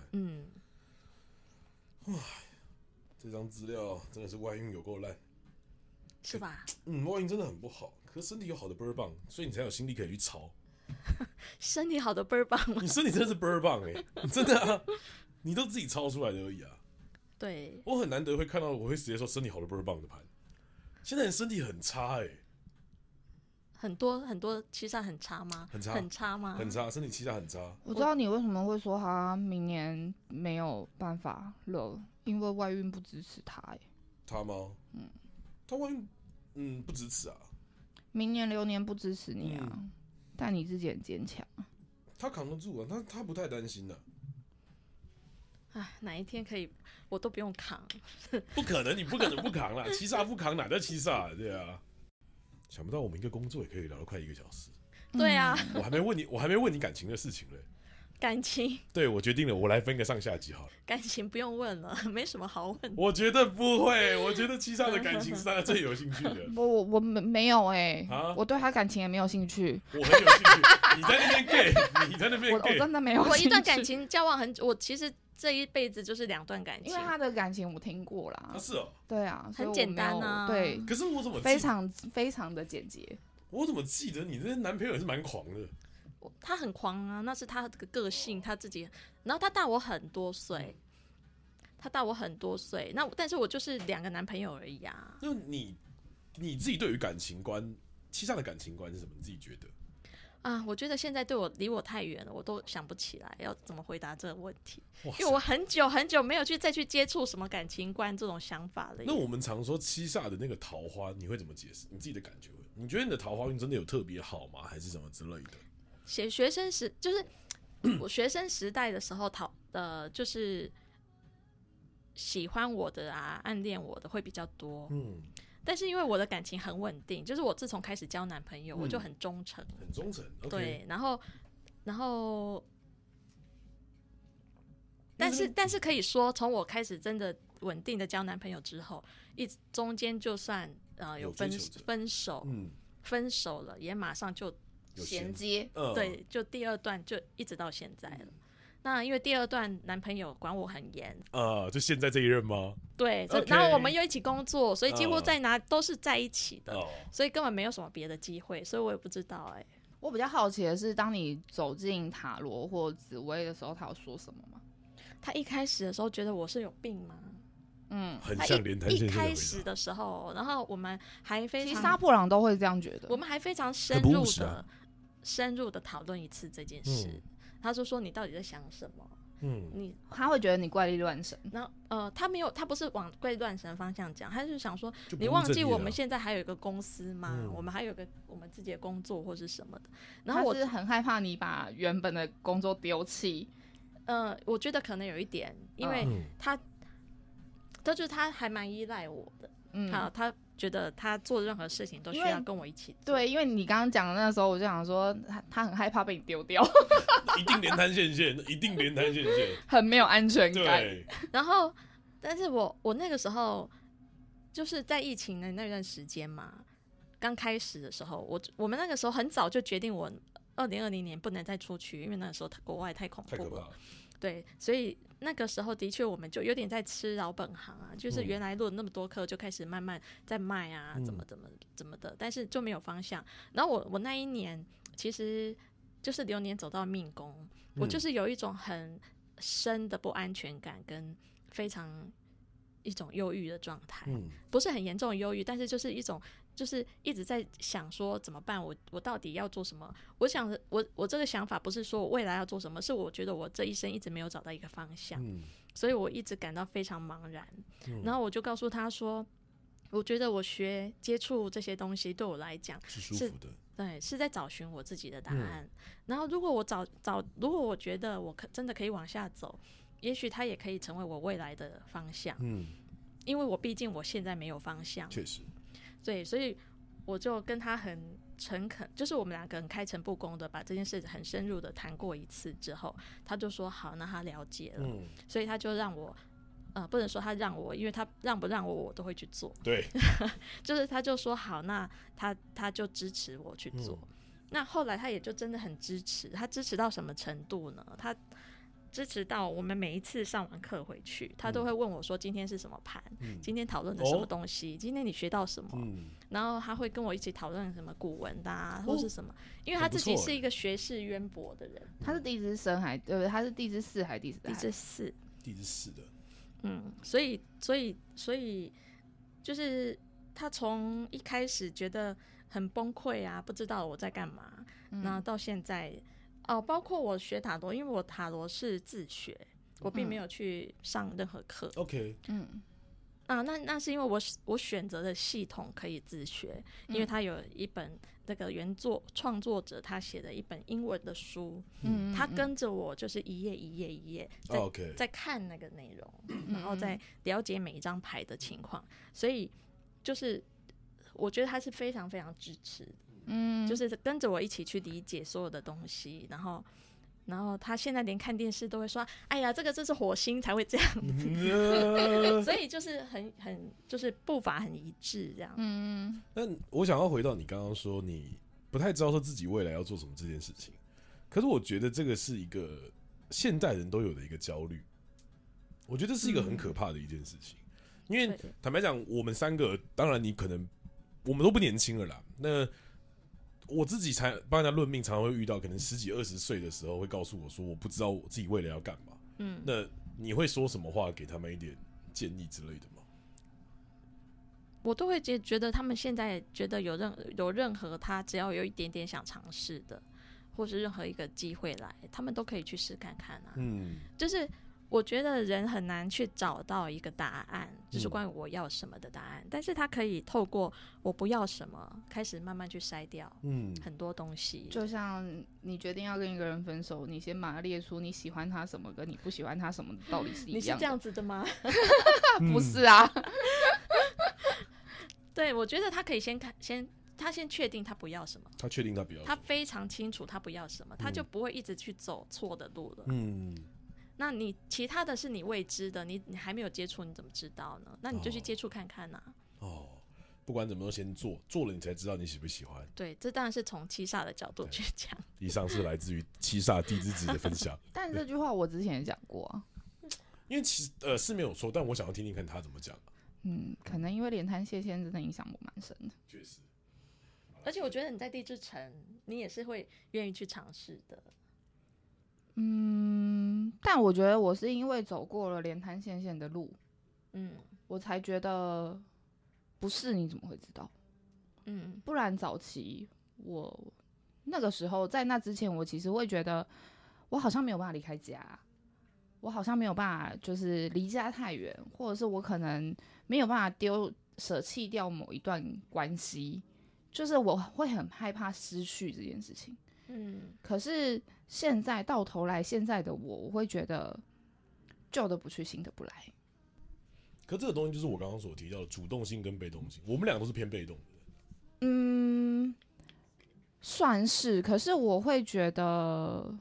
这张资料真的是外运有够烂， 是吧？ 外运真的很不好。可是身体有好的倍儿棒，所以你才有心力可以去抄。 身体好的倍儿棒吗？ 你身体真的是倍儿棒真的啊，你都自己抄出来的而已啊。 对， 我很难得会看到我会直接说身体好的倍儿棒的盘。现在人身体很差很多七煞很差吗？很差吗？ 很差，身体七煞很差。 我知道你为什么会说他明年没有办法了，因为外运不支持他他吗？他外运不支持啊。 明年流年不支持你啊，但你自己很坚强。 他扛得住啊，他不太担心的。 哪一天可以我都不用扛？ 不可能，你不可能不扛啦！七煞不扛哪叫七煞？对啊。想不到我们一个工作也可以聊了快1个小时。 对啊。 我还没问你感情的事情嘞。 感情？ 对，我决定了，我来分个上下集好了。 感情不用问了，没什么好问的。 我觉得不会，我觉得七煞的感情是他最有兴趣的。 我没有我对他感情也没有兴趣。 我很有兴趣。你在那边 gay， 你在那边 gay。 我真的没有兴趣。 我一段感情交往我其实这一辈子就是2段感情。 因为他的感情我听过啦。 是哦。 对啊， 很简单啊。 对。 可是我怎么非常非常的简洁。 我怎么记得你这男朋友也是蛮狂的？ 他很狂啊，那是他的个性，他自己。然后他大我很多岁，那但是我就是2个男朋友而已啊。 就你自己对于感情观，七煞的感情观是什么？你自己觉得？ 我觉得现在离我太远了，我都想不起来要怎么回答这个问题，因为我很久很久没有再去接触什么感情观这种想法了。 那我们常说七煞的那个桃花，你会怎么解释？你自己的感觉会？ 你觉得你的桃花运真的有特别好吗？还是什么之类的？ 学生时就是我学生时代的时候就是喜欢我的啊，暗恋我的会比较多。但是因为我的感情很稳定，就是我自从开始交男朋友，我就很忠诚， 很忠诚。Okay. 对，然后，但是可以说，从我开始真的稳定的交男朋友之后，中间就算有分手了，也马上就衔接， 对，就第二段就一直到现在了。那因为第二段男朋友管我很严， 就现在这一任吗？ 对， okay. 然后我们又一起工作，所以几乎在哪都是在一起的，所以根本没有什么别的机会，所以我也不知道我比较好奇的是，当你走进塔罗或紫微的时候，他有说什么吗？ 他一开始的时候觉得我是有病吗？ 很像连滩线。 一开始的时候，然后我们还非常， 其实杀破狼都会这样觉得， 我们还非常深入的讨论一次这件事。他就说你到底在想什么？ 他会觉得你怪力乱神。 然后他不是往怪力乱神的方向讲，他就想说你忘记我们现在还有一个公司吗？我们还有一个我们自己的工作或是什么的。然后他是很害怕你把原本的工作丢弃。 我觉得可能有一点，因为就是他还蛮依赖我的。他觉得他做任何事情都需要跟我一起做。 对，因为你刚刚讲的那时候，我就想说他很害怕被你丢掉， 一定连滩线，一定连滩线， 很没有安全感。 对。 然后，但是我那个时候就是在疫情的那段时间嘛，刚开始的时候，我们那个时候很早就决定，我2020年不能再出去，因为那个时候国外太恐怖了。对，所以那个时候的确我们就有点在吃老本行啊，就是原来录了那么多课，就开始慢慢在卖啊，怎么的，但是就没有方向。然后我那一年其实就是流年走到命宫，我就是有一种很深的不安全感跟非常一种忧郁的状态，不是很严重的忧郁，但是就是一种就是一直在想说怎么办，我到底要做什么。我想我这个想法不是说我未来要做什么，是我觉得我这一生一直没有找到一个方向，所以我一直感到非常茫然。然后我就告诉他说，我觉得我接触这些东西对我来讲是舒服的， 对，是在找寻我自己的答案。然后如果我如果我觉得我真的可以往下走，也许它也可以成为我未来的方向。因为我毕竟我现在没有方向， 确实。 对，所以我就跟他很诚恳，就是我们两个很开诚布公的把这件事很深入的谈过一次之后，他就说好，那他了解了。所以他就让我不能说他让我，因为他让不让我都会去做。 对， 就是他就说好，那他就支持我去做。那后来他也就真的很支持，他支持到什么程度呢？他支持到我们每一次上完课回去，他都会问我说今天是什么盘，今天讨论的什么东西，今天你学到什么，然后他会跟我一起讨论什么古文的或是什么，因为他自己是一个学识渊博的人。 他是地支生还对不对？他是地支4还是地支3？ 地支4 的。 所以就是他从一开始觉得很崩溃啊，不知道我在干嘛，那到现在包括我学塔罗，因为我塔罗是自学，我并没有去上任何课。 OK， 那是因为我选择的系统可以自学，因为他有一本那个创作者他写的一本英文的书，他跟着我就是一页一页一页在看那个内容，然后再了解每一张牌的情况，所以就是我觉得他是非常非常支持的。就是跟着我一起去理解所有的东西，然后他现在连看电视都会说，哎呀，这是火星才会这样子，所以就是很就是步伐很一致这样。 但我想要回到你刚刚说你不太知道说自己未来要做什么这件事情，可是我觉得这个是一个现代人都有的一个焦虑，我觉得这是一个很可怕的一件事情。因为坦白讲，我们3个，当然你可能我们都不年轻了啦，那我自己才帮人家论命，常常会遇到可能10几20岁的时候会告诉我说我不知道我自己未来要干嘛。那你会说什么话给他们一点建议之类的吗？ 我都会觉得他们现在觉得有任何他只要有一点点想尝试的，或是任何一个机会来，他们都可以去试看看啊。就是我觉得人很难去找到一个答案，就是关于我要什么的答案。但是他可以透过我不要什么，开始慢慢去筛掉很多东西。 就像你决定要跟一个人分手，你先把它列出你喜欢他什么跟你不喜欢他什么的道理是一样的。 你是这样子的吗？ 不是啊。 对，我觉得他可以他先确定他不要什么， 他确定他不要什么， 他非常清楚他不要什么，他就不会一直去走错的路了。那你其他的是你未知的，你还没有接触，你怎么知道呢？那你就去接触看看啊。 不管怎么都先做，做了你才知道你喜不喜欢。 对，这当然是从七煞的角度去讲。 以上是来自于七煞地之子的分享。 但这句话我之前也讲过啊。 因为其实是没有错，但我想要听听看他怎么讲。 可能因为连滩蟹线真的影响我蛮深的。 确实。 而且我觉得你在地之城，你也是会愿意去尝试的。 但我觉得我是因为走过了连滩线线的路，我才觉得不是你怎么会知道？不然早期我那个时候在那之前，我其实会觉得我好像没有办法离开家，我好像没有办法就是离家太远，或者是我可能没有办法舍弃掉某一段关系，就是我会很害怕失去这件事情。可是现在到头来，现在的我会觉得旧的不去，新的不来。 可这个东西就是我刚刚所提到的主动性跟被动性，我们俩都是偏被动的。 算是。可是我会觉得，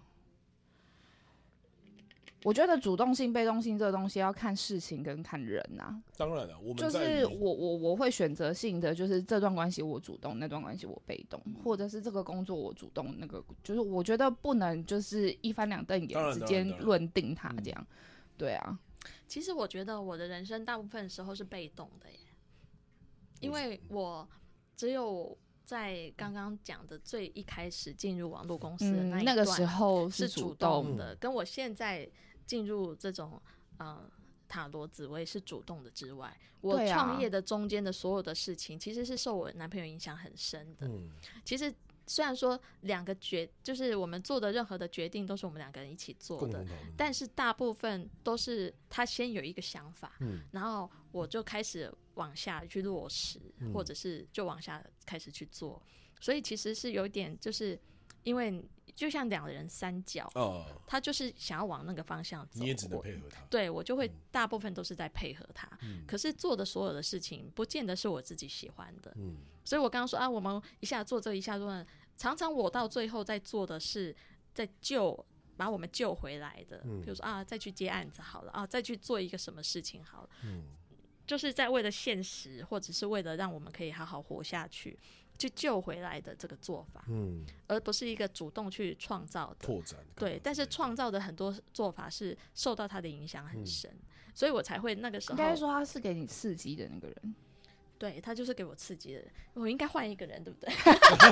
我觉得主动性、被动性这个东西要看事情跟看人啊。 当然了，我们就是我会选择性的，就是这段关系我主动，那段关系我被动，或者是这个工作我主动，那个就是我觉得不能就是一翻两瞪眼直接论定它这样。对啊。 其实我觉得我的人生大部分时候是被动的耶，因为我只有在刚刚讲的最一开始进入网络公司的那个时候是主动的，跟我现在进入这种塔罗紫微是主动的之外，我创业的中间的所有的事情，其实是受我男朋友影响很深的。其实虽然说就是我们做的任何的决定都是我们两个人一起做的，但是大部分都是他先有一个想法，然后我就开始往下去落实，或者是就往下开始去做。所以其实是有一点，就是因为就像两人三角，他就是想要往那个方向走， 你也只能配合他。 对，我就会大部分都是在配合他。可是做的所有的事情，不见得是我自己喜欢的。所以我刚刚说我们一下做这一下做那，常常我到最后在做的是在把我们救回来的。比如说再去接案子好了，再去做一个什么事情好了，就是在为了现实，或者是为了让我们可以好好活下去，去救回来的这个做法，而不是一个主动去创造的拓展。 对，但是创造的很多做法是受到他的影响很深，所以我才会那个时候。 应该说他是给你刺激的那个人。 对，他就是给我刺激的人，我应该换一个人，对不对？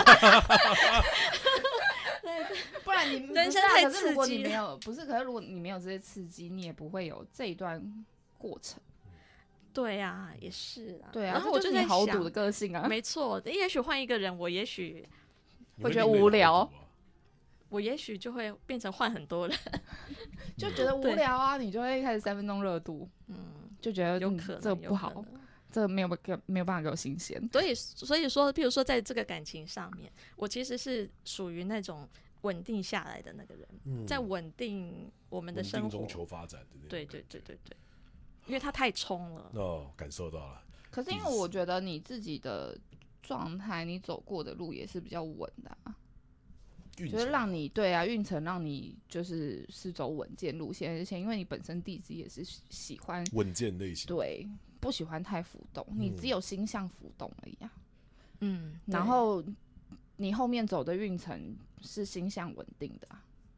不然你人生太刺激了。 可是如果你没有，可是如果你没有这些刺激，你也不会有这一段过程。 对啊，也是啊。 对啊， 然后我就在想， 豪赌的个性啊。 没错，也许换一个人，我也许会觉得无聊。 我也许就会变成换很多人， 就觉得无聊啊，你就会开始3分钟热度，就觉得有可能这不好。这没有办法给我新鲜， 所以说，譬如说，在这个感情上面，我其实是属于那种稳定下来的那个人，在稳定我们的生活中求发展的那种。 对，因为他太冲了。 感受到了。 可是因为我觉得你自己的状态，你走过的路也是比较稳的就是让你运程让你就是走稳健路线，而且因为你本身地支也是喜欢稳健类型， 对。不喜欢太浮动，你只有星象浮动而已啊。然后你后面走的运程是星象稳定的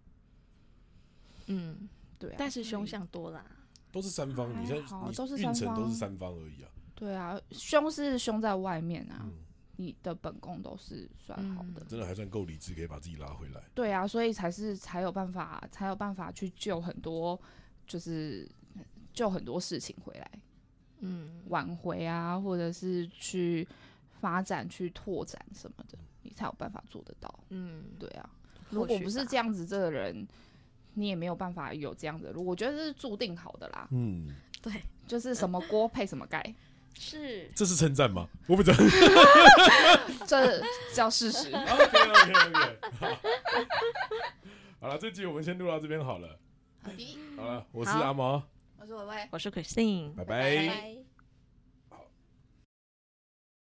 对啊。 但是凶相多啦， 都是三方，你都是运程都是三方而已啊。 对啊，凶是凶在外面啊，你的本宫都是算好的， 真的还算够理智，可以把自己拉回来。 对啊，所以才有办法去救很多，就是救很多事情回来。挽回啊，或者是去发展、去拓展什么的，你才有办法做得到。对啊，如果不是这样子，这个人你也没有办法有这样的路，我觉得这是注定好的啦。 对， 就是什么锅配什么盖。 是， 这是称赞吗？我不知道， 这叫事实。 OK， 好了，这集我们先录到这边好了。 好的， 好了，我是阿毛， 我是伟伟， 我是 Christine， 拜拜拜。